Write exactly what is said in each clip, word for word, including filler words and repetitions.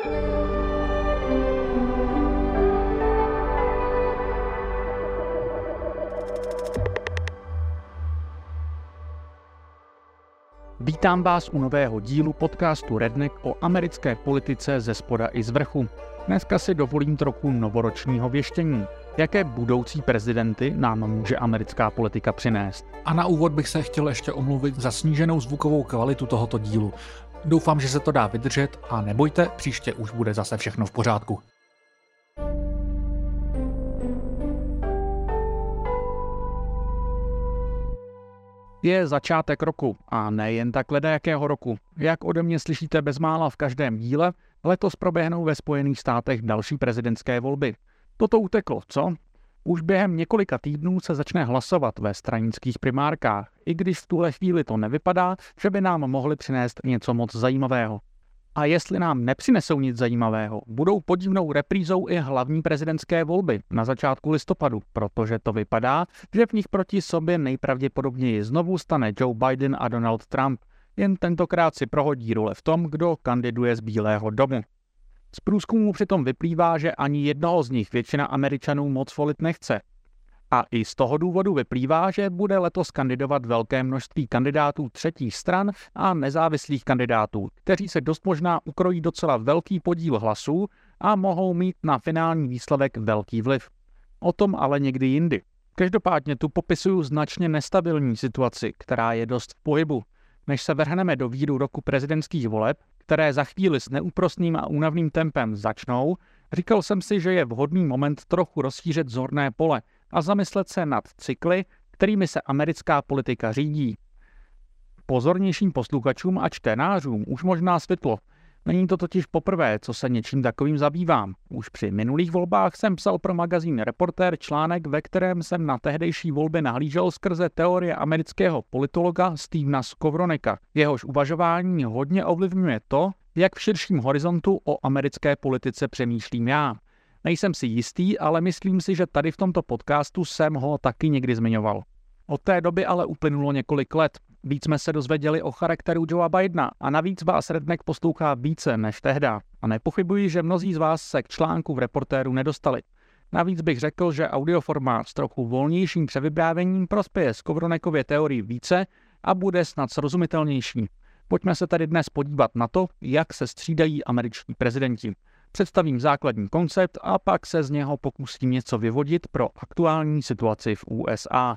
Vítám vás u nového dílu podcastu Redneck o americké politice ze spoda i z vrchu. Dneska si dovolím trochu novoročního věštění. Jaké budoucí prezidenty nám může americká politika přinést? A na úvod bych se chtěl ještě omluvit za sníženou zvukovou kvalitu tohoto dílu. Doufám, že se to dá vydržet a nebojte, příště už bude zase všechno v pořádku. Je začátek roku a nejen tak ledajakého roku. Jak ode mě slyšíte bezmála v každém díle, letos proběhnou ve Spojených státech další prezidentské volby. Toto uteklo, co? Už během několika týdnů se začne hlasovat ve stranických primárkách, i když v tuhle chvíli to nevypadá, že by nám mohli přinést něco moc zajímavého. A jestli nám nepřinesou nic zajímavého, budou podivnou reprízou i hlavní prezidentské volby na začátku listopadu, protože to vypadá, že v nich proti sobě nejpravděpodobněji znovu stane Joe Biden a Donald Trump. Jen tentokrát si prohodí role v tom, kdo kandiduje z Bílého domu. Z průzkumů přitom vyplývá, že ani jednoho z nich většina Američanů moc volit nechce. A i z toho důvodu vyplývá, že bude letos kandidovat velké množství kandidátů třetích stran a nezávislých kandidátů, kteří se dost možná ukrojí docela velký podíl hlasů a mohou mít na finální výsledek velký vliv. O tom ale někdy jindy. Každopádně tu popisuju značně nestabilní situaci, která je dost v pohybu. Než se vrhneme do víru roku prezidentských voleb, které za chvíli s neúprosným a únavným tempem začnou, říkal jsem si, že je vhodný moment trochu rozšířit zorné pole a zamyslet se nad cykly, kterými se americká politika řídí. Pozornějším posluchačům a čtenářům už možná světlo. Není to totiž poprvé, co se něčím takovým zabývám. Už při minulých volbách jsem psal pro magazín Reportér článek, ve kterém jsem na tehdejší volby nahlížel skrze teorie amerického politologa Stevena Skowroneka. Jehož uvažování hodně ovlivňuje to, jak v širším horizontu o americké politice přemýšlím já. Nejsem si jistý, ale myslím si, že tady v tomto podcastu jsem ho taky někdy zmiňoval. Od té doby ale uplynulo několik let. Víc jsme se dozvěděli o charakteru Joea Bidena a navíc vás Redneck poslouchá více než tehda. A nepochybuji, že mnozí z vás se k článku v Reportéru nedostali. Navíc bych řekl, že audioformát s trochu volnějším převyprávěním prospěje Skowronekově teorii více a bude snad srozumitelnější. Pojďme se tedy dnes podívat na to, jak se střídají američtí prezidenti. Představím základní koncept a pak se z něho pokusím něco vyvodit pro aktuální situaci v U S A.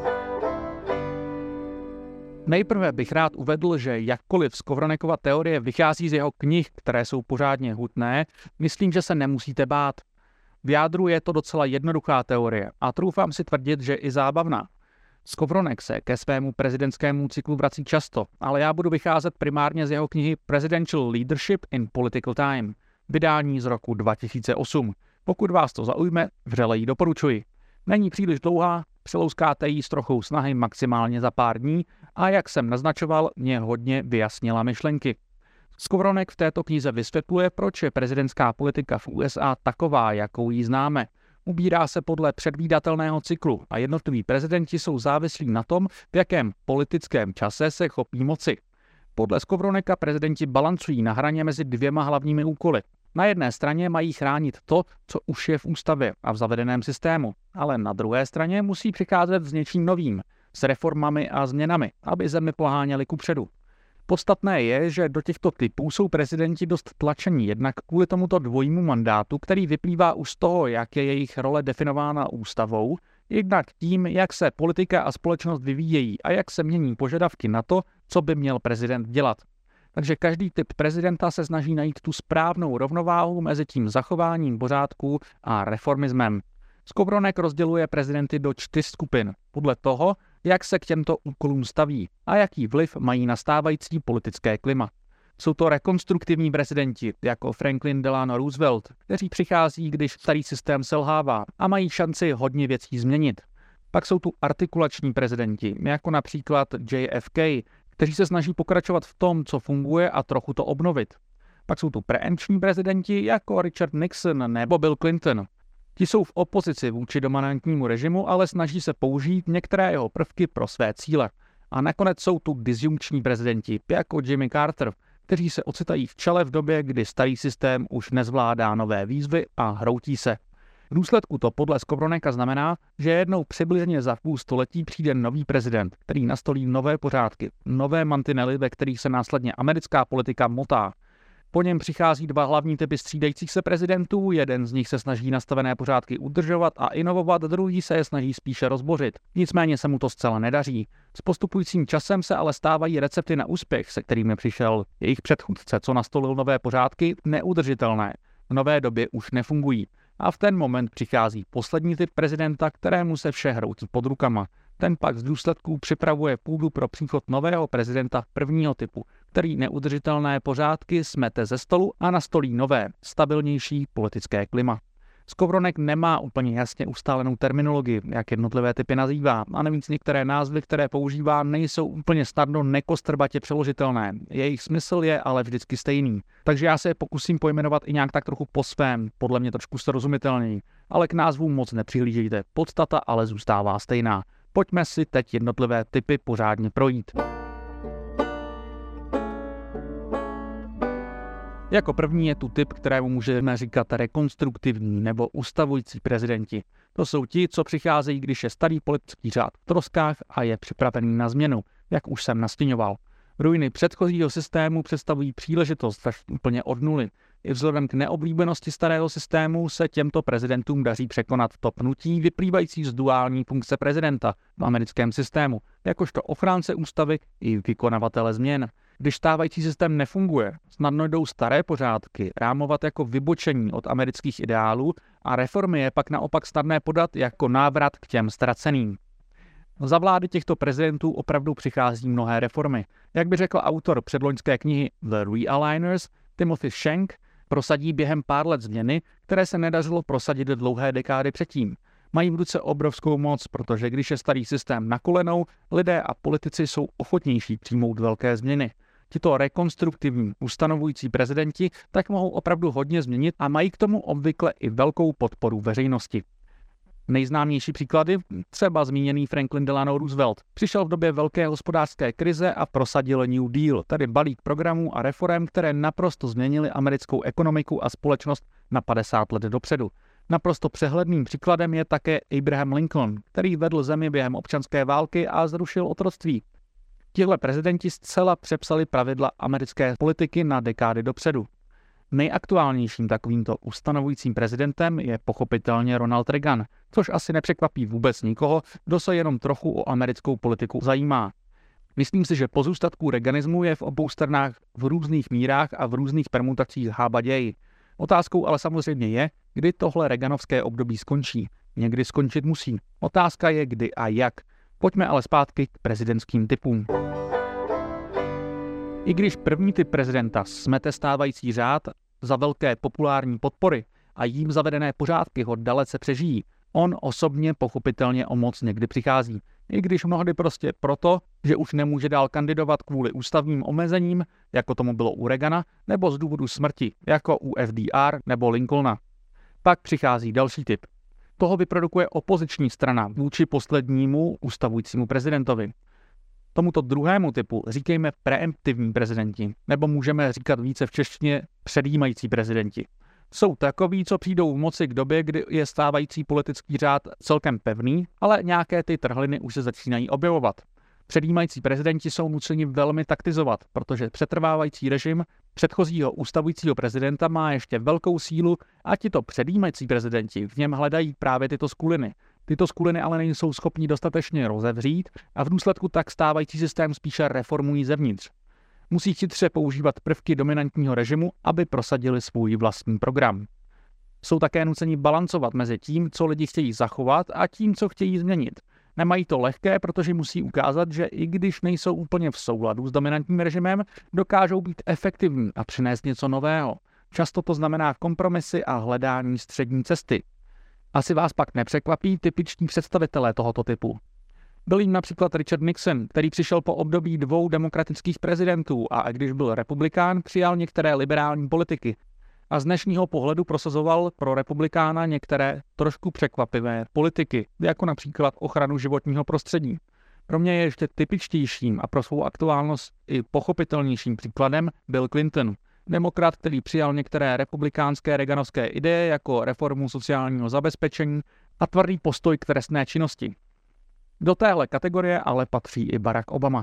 Nejprve bych rád uvedl, že jakkoliv Skowronekova teorie vychází z jeho knih, které jsou pořádně hutné, myslím, že se nemusíte bát. V jádru je to docela jednoduchá teorie a troufám si tvrdit, že i zábavná. Skowronek se ke svému prezidentskému cyklu vrací často, ale já budu vycházet primárně z jeho knihy Presidential Leadership in Political Time, vydání z roku dva tisíce osm. Pokud vás to zaujme, vřele ji doporučuji. Není příliš dlouhá, přelouskáte ji s trochou snahy maximálně za pár dní a jak jsem naznačoval, mě hodně vyjasnila myšlenky. Skowronek v této knize vysvětluje, proč je prezidentská politika v U S A taková, jakou ji známe. Ubírá se podle předvídatelného cyklu a jednotliví prezidenti jsou závislí na tom, v jakém politickém čase se chopí moci. Podle Skowroneka prezidenti balancují na hraně mezi dvěma hlavními úkoly. Na jedné straně mají chránit to, co už je v ústavě a v zavedeném systému, ale na druhé straně musí přicházet s něčím novým, s reformami a změnami, aby zemi poháněli kupředu. Podstatné je, že do těchto typů jsou prezidenti dost tlačení jednak kvůli tomuto dvojímu mandátu, který vyplývá už z toho, jak je jejich role definována ústavou, jednak tím, jak se politika a společnost vyvíjejí a jak se mění požadavky na to, co by měl prezident dělat. Takže každý typ prezidenta se snaží najít tu správnou rovnováhu mezi tím zachováním pořádku a reformismem. Skowronek rozděluje prezidenty do čtyř skupin, podle toho, jak se k těmto úkolům staví a jaký vliv mají na stávající politické klima. Jsou to rekonstruktivní prezidenti, jako Franklin Delano Roosevelt, kteří přichází, když starý systém selhává a mají šanci hodně věcí změnit. Pak jsou tu artikulační prezidenti, jako například J F K, kteří se snaží pokračovat v tom, co funguje a trochu to obnovit. Pak jsou tu preempční prezidenti jako Richard Nixon nebo Bill Clinton. Ti jsou v opozici vůči dominantnímu režimu, ale snaží se použít některé jeho prvky pro své cíle. A nakonec jsou tu disjunkční prezidenti, jako Jimmy Carter, kteří se ocitají v čele v době, kdy starý systém už nezvládá nové výzvy a hroutí se. V důsledku to podle Skowroneka znamená, že jednou přibližně za půl století přijde nový prezident, který nastolí nové pořádky, nové mantinely, ve kterých se následně americká politika motá. Po něm přichází dva hlavní typy střídajících se prezidentů, jeden z nich se snaží nastavené pořádky udržovat a inovovat, druhý se je snaží spíše rozbořit. Nicméně se mu to zcela nedaří. S postupujícím časem se ale stávají recepty na úspěch, se kterými přišel jejich předchůdce, co nastolil nové pořádky, neudržitelné. V nové době už nefungují. A v ten moment přichází poslední typ prezidenta, kterému se vše hroutí pod rukama. Ten pak z důsledků připravuje půdu pro příchod nového prezidenta prvního typu, který neudržitelné pořádky smete ze stolu a nastolí nové, stabilnější politické klima. Skowronek nemá úplně jasně ustálenou terminologii, jak jednotlivé typy nazývá, a navíc některé názvy, které používá, nejsou úplně snadno nekostrbatě přeložitelné. Jejich smysl je ale vždycky stejný. Takže já se je pokusím pojmenovat i nějak tak trochu po svém, podle mě trošku srozumitelněji. Ale k názvům moc nepřihlížejte, podstata ale zůstává stejná. Pojďme si teď jednotlivé typy pořádně projít. Jako první je tu typ, kterému můžeme říkat rekonstruktivní nebo ustavující prezidenti. To jsou ti, co přicházejí, když je starý politický řád v troskách a je připravený na změnu, jak už jsem nastiňoval. Ruiny předchozího systému představují příležitost až úplně od nuly. I vzhledem k neoblíbenosti starého systému se těmto prezidentům daří překonat to pnutí vyplývající z duální funkce prezidenta v americkém systému, jakožto ochránce ústavy i vykonavatele změn. Když stávající systém nefunguje, snadno jdou staré pořádky rámovat jako vybočení od amerických ideálů a reformy je pak naopak snadné podat jako návrat k těm ztraceným. Za vlády těchto prezidentů opravdu přichází mnohé reformy. Jak by řekl autor předloňské knihy The Realigners, Timothy Shank, prosadí během pár let změny, které se nedařilo prosadit dlouhé dekády předtím. Mají v ruce obrovskou moc, protože když je starý systém na kolenou, lidé a politici jsou ochotnější přijmout velké změny. Tito rekonstruktivní, ustanovující prezidenti tak mohou opravdu hodně změnit a mají k tomu obvykle i velkou podporu veřejnosti. Nejznámější příklady, třeba zmíněný Franklin Delano Roosevelt, přišel v době velké hospodářské krize a prosadil New Deal, tedy balík programů a reforem, které naprosto změnily americkou ekonomiku a společnost na padesát let dopředu. Naprosto přehledným příkladem je také Abraham Lincoln, který vedl zemi během občanské války a zrušil otroctví. Tihle prezidenti zcela přepsali pravidla americké politiky na dekády dopředu. Nejaktuálnějším takovýmto ustanovujícím prezidentem je pochopitelně Ronald Reagan, což asi nepřekvapí vůbec nikoho, kdo se jenom trochu o americkou politiku zajímá. Myslím si, že pozůstatků reaganismu je v obou stranách v různých mírách a v různých permutacích hábaději. Otázkou ale samozřejmě je, kdy tohle reaganovské období skončí. Někdy skončit musí. Otázka je kdy a jak. Pojďme ale zpátky k prezidentským typům. I když první typ prezidenta smete stávající řád za velké populární podpory a jím zavedené pořádky ho dalece přežijí, on osobně pochopitelně o moc někdy přichází. I když mnohdy prostě proto, že už nemůže dál kandidovat kvůli ústavním omezením, jako tomu bylo u Reagana, nebo z důvodu smrti, jako u F D R nebo Lincolna. Pak přichází další typ. Toho vyprodukuje opoziční strana vůči poslednímu ustavujícímu prezidentovi. Tomuto druhému typu říkejme preemptivní prezidenti, nebo můžeme říkat více v češtině předjímající prezidenti. Jsou takoví, co přijdou v moci k době, kdy je stávající politický řád celkem pevný, ale nějaké ty trhliny už se začínají objevovat. Předjímající prezidenti jsou nuceni velmi taktizovat, protože přetrvávající režim předchozího ustavujícího prezidenta má ještě velkou sílu a tito předjímající prezidenti v něm hledají právě tyto skuliny. Tyto skuliny ale nejsou schopni dostatečně rozevřít a v důsledku tak stávající systém spíše reformují zevnitř. Musí chytře používat prvky dominantního režimu, aby prosadili svůj vlastní program. Jsou také nuceni balancovat mezi tím, co lidi chtějí zachovat a tím, co chtějí změnit. Nemají to lehké, protože musí ukázat, že i když nejsou úplně v souladu s dominantním režimem, dokážou být efektivní a přinést něco nového. Často to znamená kompromisy a hledání střední cesty. Asi vás pak nepřekvapí typiční představitelé tohoto typu. Byl jim například Richard Nixon, který přišel po období dvou demokratických prezidentů a když byl republikán, přijal některé liberální politiky. A z dnešního pohledu prosazoval pro republikána některé trošku překvapivé politiky, jako například ochranu životního prostředí. Pro mě je ještě typičtějším a pro svou aktuálnost i pochopitelnějším příkladem Bill Clinton, demokrat, který přijal některé republikánské reaganovské ideje jako reformu sociálního zabezpečení a tvrdý postoj k trestné činnosti. Do téhle kategorie ale patří i Barack Obama.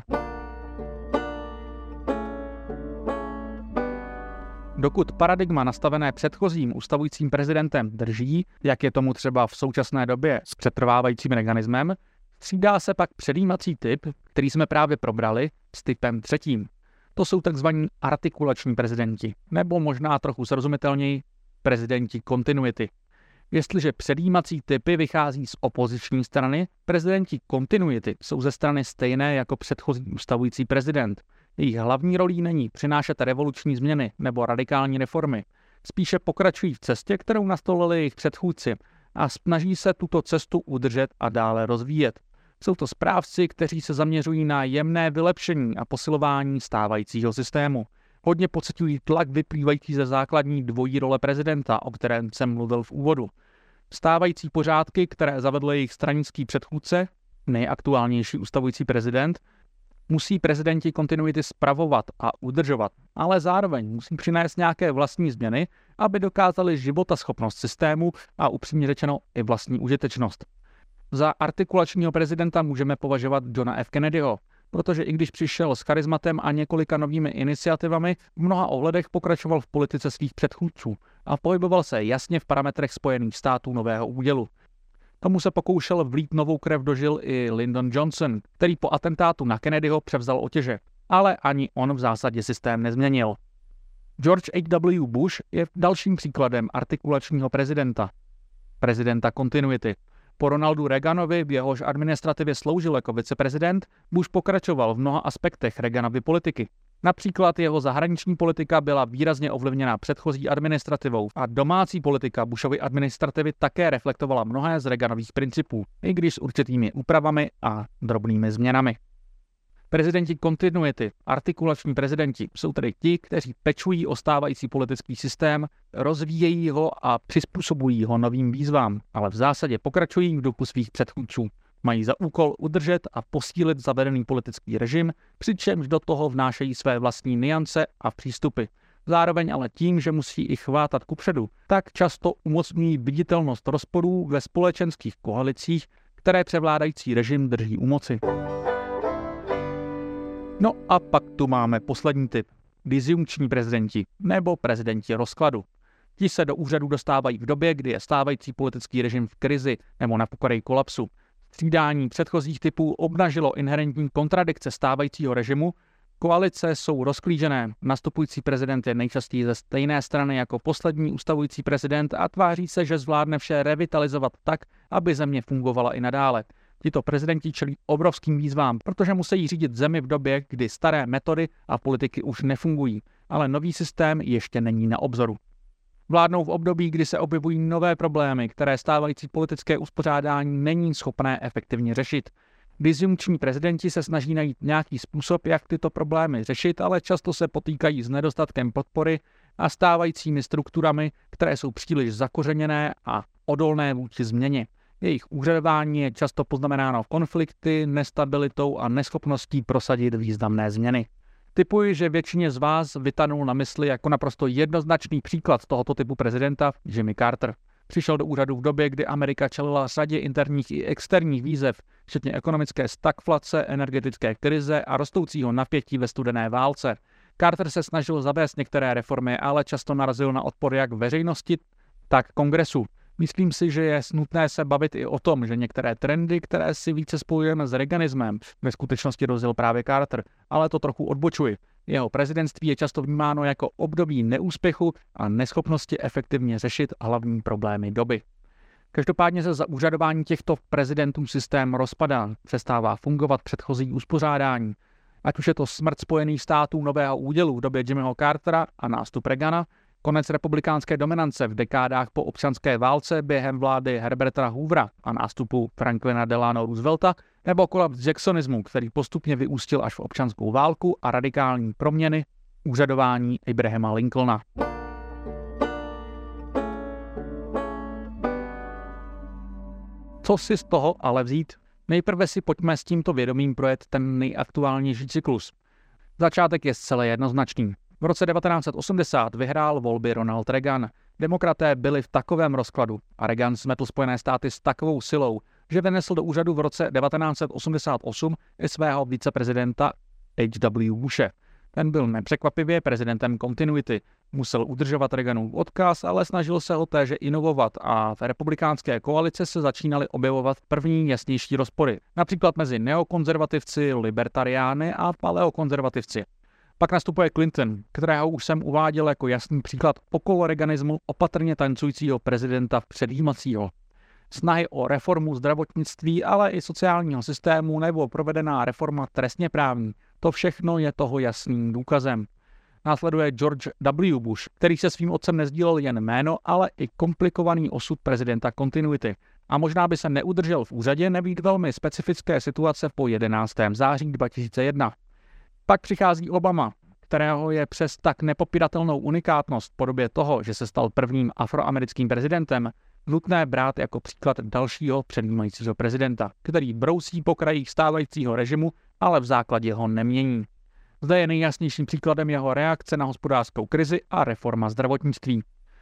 Dokud paradigma nastavené předchozím ustavujícím prezidentem drží, jak je tomu třeba v současné době s přetrvávajícím Reaganismem, střídá se pak předjímací typ, který jsme právě probrali, s typem třetím. To jsou tzv. Artikulační prezidenti, nebo možná trochu srozumitelněji prezidenti kontinuity. Jestliže předjímací typy vychází z opoziční strany, prezidenti kontinuity jsou ze strany stejné jako předchozí ustavující prezident. Jejich hlavní rolí není přinášet revoluční změny nebo radikální reformy. Spíše pokračují v cestě, kterou nastolili jejich předchůdci a snaží se tuto cestu udržet a dále rozvíjet. Jsou to správci, kteří se zaměřují na jemné vylepšení a posilování stávajícího systému. Hodně pociťují tlak vyplývající ze základní dvojí role prezidenta, o kterém jsem mluvil v úvodu. Stávající pořádky, které zavedl jejich stranický předchůdce, nejaktuálnější ustavující prezident, musí prezidenti kontinuity spravovat a udržovat, ale zároveň musí přinést nějaké vlastní změny, aby dokázali životaschopnost systému a upřímně řečeno i vlastní užitečnost. Za artikulačního prezidenta můžeme považovat Johna F. Kennedyho, protože i když přišel s charizmatem a několika novými iniciativami, v mnoha ohledech pokračoval v politice svých předchůdců a pohyboval se jasně v parametrech Spojených států nového údělu. Tomu se pokoušel vlít novou krev do žil i Lyndon Johnson, který po atentátu na Kennedyho převzal otěže, ale ani on v zásadě systém nezměnil. George H W. Bush je dalším příkladem artikulačního prezidenta, prezidenta kontinuity. Po Ronaldu Reaganovi, v jehož administrativě sloužil jako viceprezident, Bush pokračoval v mnoha aspektech Reaganovy politiky. Například jeho zahraniční politika byla výrazně ovlivněna předchozí administrativou a domácí politika Bushovy administrativy také reflektovala mnohé z Reaganových principů, i když s určitými úpravami a drobnými změnami. Prezidenti kontinuity, artikulační prezidenti, jsou tedy ti, kteří pečují o stávající politický systém, rozvíjejí ho a přizpůsobují ho novým výzvám, ale v zásadě pokračují v duchu svých předchůdců. Mají za úkol udržet a posílit zavedený politický režim, přičemž do toho vnášejí své vlastní nuance a přístupy. Zároveň ale tím, že musí i chvátat kupředu, tak často umocňují viditelnost rozporů ve společenských koalicích, které převládající režim drží u moci. No a pak tu máme poslední typ. Disjunkční prezidenti, nebo prezidenti rozkladu. Ti se do úřadu dostávají v době, kdy je stávající politický režim v krizi nebo na pokraji kolapsu. Střídání předchozích typů obnažilo inherentní kontradikce stávajícího režimu. Koalice jsou rozklížené. Nastupující prezident je nejčastěji ze stejné strany jako poslední ustavující prezident a tváří se, že zvládne vše revitalizovat tak, aby země fungovala i nadále. Tito prezidenti čelí obrovským výzvám, protože musí řídit zemi v době, kdy staré metody a politiky už nefungují, ale nový systém ještě není na obzoru. Vládnou v období, kdy se objevují nové problémy, které stávající politické uspořádání není schopné efektivně řešit. Disjunkční prezidenti se snaží najít nějaký způsob, jak tyto problémy řešit, ale často se potýkají s nedostatkem podpory a stávajícími strukturami, které jsou příliš zakořeněné a odolné vůči změně. Jejich úřadování je často poznamenáno konflikty, nestabilitou a neschopností prosadit významné změny. Tipuji, že většině z vás vytanul na mysli jako naprosto jednoznačný příklad tohoto typu prezidenta Jimmy Carter. Přišel do úřadu v době, kdy Amerika čelila řadě interních i externích výzev, včetně ekonomické stagflace, energetické krize a rostoucího napětí ve studené válce. Carter se snažil zavést některé reformy, ale často narazil na odpor jak veřejnosti, tak kongresu. Myslím si, že je nutné se bavit i o tom, že některé trendy, které si více spojujeme s reaganismem, ve skutečnosti rozjel právě Carter, ale to trochu odbočuji. Jeho prezidentství je často vnímáno jako období neúspěchu a neschopnosti efektivně řešit hlavní problémy doby. Každopádně se za úřadování těchto prezidentů systém rozpadá, přestává fungovat předchozí uspořádání. Ať už je to smrt Spojených států nového údělu v době Jimmyho Cartera a nástup Reagana, konec republikánské dominance v dekádách po občanské válce během vlády Herberta Hoovera a nástupu Franklina Delano Roosevelta, nebo kolaps jacksonismu, který postupně vyústil až v občanskou válku a radikální proměny úřadování Abrahama Lincolna. Co si z toho ale vzít? Nejprve si pojďme s tímto vědomím projet ten nejaktuálnější cyklus. Začátek je zcela jednoznačný. V roce devatenáct set osmdesát vyhrál volby Ronald Reagan. Demokraté byli v takovém rozkladu a Reagan smetl Spojené státy s takovou silou, že vynesl do úřadu v roce devatenáct set osmdesát osm i svého viceprezidenta H W Bushe. Ten byl nepřekvapivě prezidentem kontinuity. Musel udržovat Reaganův odkaz, ale snažil se ho téže inovovat a v republikánské koalici se začínaly objevovat první jasnější rozpory. Například mezi neokonzervativci, libertariány a paleokonzervativci. Pak nastupuje Clinton, kterého už jsem uváděl jako jasný příklad okolo reaganismu opatrně tancujícího prezidenta předjímacího. Snahy o reformu zdravotnictví, ale i sociálního systému nebo provedená reforma trestně právní. To všechno je toho jasným důkazem. Následuje George W. Bush, který se svým otcem nezdílel jen jméno, ale i komplikovaný osud prezidenta kontinuity. A možná by se neudržel v úřadě nebýt velmi specifické situace po jedenáctého září dva tisíce jedna. Pak přichází Obama, kterého je přes tak nepopiratelnou unikátnost v podobě toho, že se stal prvním afroamerickým prezidentem, nutné brát jako příklad dalšího předjímajícího prezidenta, který brousí po krajích stávajícího režimu, ale v základě ho nemění. Zde je nejjasnějším příkladem jeho reakce na hospodářskou krizi a reforma zdravotnictví.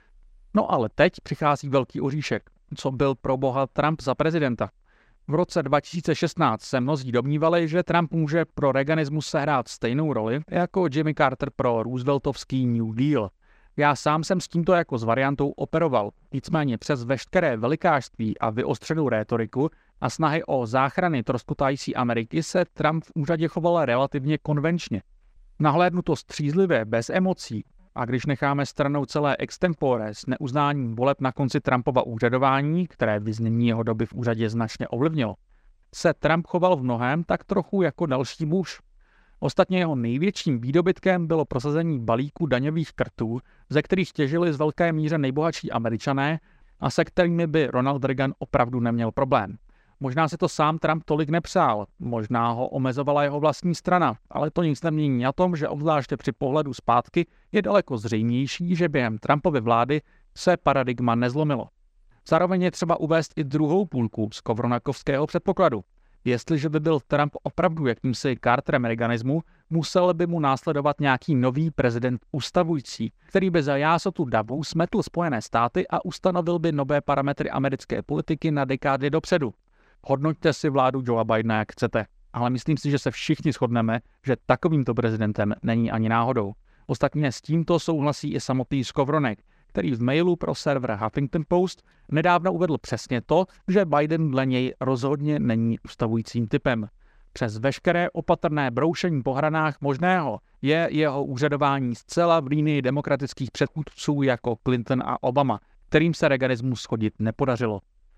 No ale teď přichází velký oříšek, co byl pro boha Trump za prezidenta. V roce dva tisíce šestnáct se mnozí domnívali, že Trump může pro reaganismus sehrát stejnou roli jako Jimmy Carter pro rooseveltovský New Deal. Já sám jsem s tímto jako s variantou operoval, nicméně přes veškeré velikářství a vyostřenou rétoriku a snahy o záchrany troskotající Ameriky se Trump v úřadě choval relativně konvenčně. Nahlédnuto střízlivě, bez emocí, a když necháme stranou celé extempore s neuznáním voleb na konci Trumpova úřadování, které vyznění jeho doby v úřadě značně ovlivnilo, se Trump choval v mnohém tak trochu jako další Bush. Ostatně jeho největším výdobytkem bylo prosazení balíku daňových krtů, ze kterých těžili z velké míře nejbohatší Američané a se kterými by Ronald Reagan opravdu neměl problém. Možná si to sám Trump tolik nepřál, možná ho omezovala jeho vlastní strana, ale to nic nemění na tom, že obzvláště při pohledu zpátky je daleko zřejmější, že během Trumpovy vlády se paradigma nezlomilo. Zároveň je třeba uvést i druhou půlku z kovronakovského předpokladu. Jestliže by byl Trump opravdu jakýmsi Carterem reaganismu, musel by mu následovat nějaký nový prezident ustavující, který by za jásotu davu smetl Spojené státy a ustanovil by nové parametry americké politiky na dekády dopředu. Hodnoťte si vládu Joea Bidena, jak chcete, ale myslím si, že se všichni shodneme, že takovýmto prezidentem není ani náhodou. Ostatně s tímto souhlasí i samotný Skowronek, který v mailu pro server Huffington Post nedávno uvedl přesně to, že Biden dle něj rozhodně není ustavujícím typem. Přes veškeré opatrné broušení po hranách možného je jeho úřadování zcela v línii demokratických předchůdců jako Clinton a Obama, kterým se reaganismus shodit nepodařilo.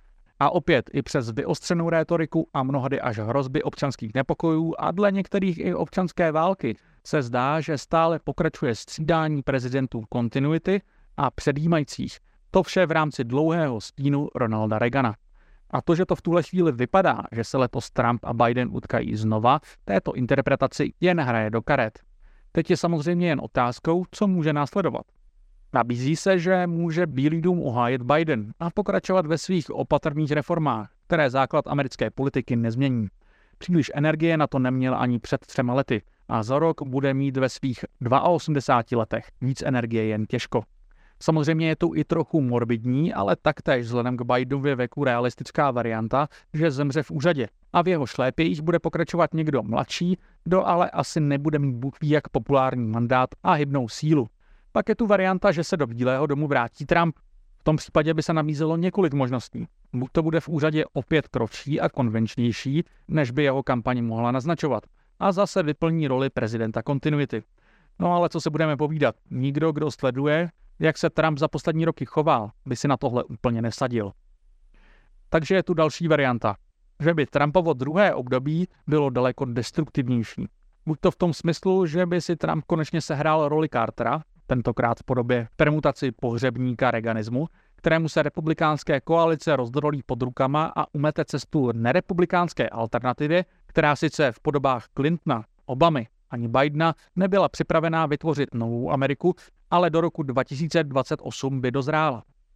A opět i přes vyostřenou rétoriku a mnohdy až hrozby občanských nepokojů a dle některých i občanské války se zdá, že stále pokračuje střídání prezidentů kontinuity a předjímajících. To vše v rámci dlouhého stínu Ronalda Reagana. A to, že to v tuhle chvíli vypadá, že se letos Trump a Biden utkají znova, této interpretaci jen hraje do karet. Teď je samozřejmě jen otázkou, co může následovat. Nabízí se, že může Bílý dům uhájit Biden a pokračovat ve svých opatrných reformách, které základ americké politiky nezmění. Příliš energie na to neměl ani před třema lety a za rok bude mít ve svých osmdesáti dvou letech víc energie jen těžko. Samozřejmě je tu i trochu morbidní, ale taktéž vzhledem k Bidenově věku realistická varianta, že zemře v úřadě a v jeho šlépějích bude pokračovat někdo mladší, kdo ale asi nebude mít bůh ví jak populární mandát a hybnou sílu. Pak je tu varianta, že se do Bílého domu vrátí Trump. V tom případě by se nabízelo několik možností. Buď to bude v úřadě opět kratší a konvenčnější, než by jeho kampaň mohla naznačovat, a zase vyplní roli prezidenta kontinuity. No ale co se budeme povídat, nikdo, kdo sleduje, jak se Trump za poslední roky choval, by si na tohle úplně nesadil. Takže je tu další varianta, že by Trumpovo druhé období bylo daleko destruktivnější. Buď to v tom smyslu, že by si Trump konečně sehrál roli Cartera, tentokrát v podobě permutaci pohřebníka reaganismu, kterému se republikánské koalice rozdrolí pod rukama a umete cestu nerepublikánské alternativě, která sice v podobách Clintona, Obamy ani Bidena nebyla připravená vytvořit novou Ameriku, ale do roku dva tisíce dvacet osm by dozrála.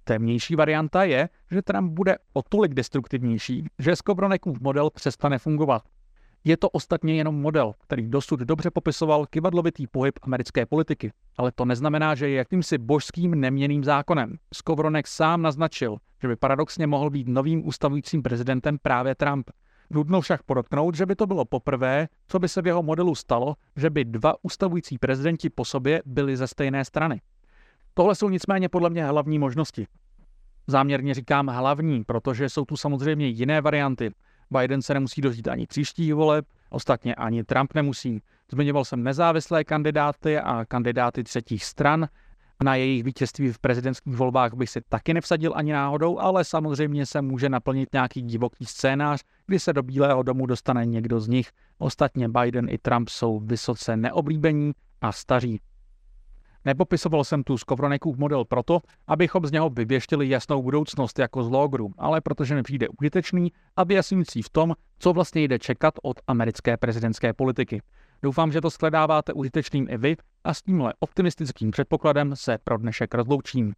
Temnější varianta je, že Trump bude o tolik destruktivnější, že Skowronekův model přestane fungovat. Je to ostatně jenom model, který dosud dobře popisoval kyvadlovitý pohyb americké politiky, ale to neznamená, že je jakýmsi božským neměnným zákonem. Skowronek sám naznačil, že by paradoxně mohl být novým ustavujícím prezidentem právě Trump. Nutno však podotknout, že by to bylo poprvé, co by se v jeho modelu stalo, že by dva ustavující prezidenti po sobě byli ze stejné strany. Tohle jsou nicméně podle mě hlavní možnosti. Záměrně říkám hlavní, protože jsou tu samozřejmě jiné varianty. Biden se nemusí dožít ani příštích voleb, ostatně ani Trump nemusí. Zmiňoval jsem nezávislé kandidáty a kandidáty třetích stran. Na jejich vítězství v prezidentských volbách bych si taky nevsadil ani náhodou, ale samozřejmě se může naplnit nějaký divoký scénář, kdy se do Bílého domu dostane někdo z nich. Ostatně Biden i Trump jsou vysoce neoblíbení a staří. Nepopisoval jsem tu Skowronekův model proto, abychom z něho vyvěštili jasnou budoucnost jako z logru, ale protože mi přijde užitečný a vyjasňující v tom, co vlastně jde čekat od americké prezidentské politiky. Doufám, že to shledáváte užitečným i vy a s tímhle optimistickým předpokladem se pro dnešek rozloučím.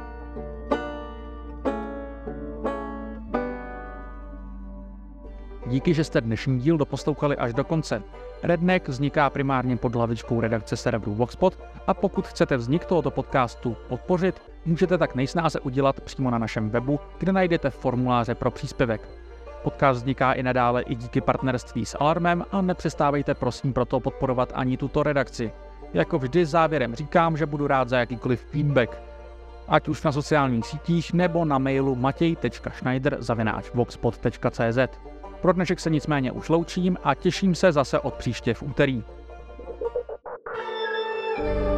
Díky, že jste dnešní díl doposlouchali až do konce. Redneck vzniká primárně pod hlavičkou redakce serveru Voxpod a pokud chcete vznik tohoto podcastu podpořit, můžete tak nejsnáze udělat přímo na našem webu, kde najdete formuláře pro příspěvek. Podcast vzniká i nadále i díky partnerství s Alarmem a nepřestávejte prosím proto podporovat ani tuto redakci. Jako vždy závěrem říkám, že budu rád za jakýkoliv feedback. Ať už na sociálních sítích nebo na mailu matěj tečka schneider zavináč voxpod tečka cz. Pro dnešek se nicméně už loučím a těším se zase od příště v úterý.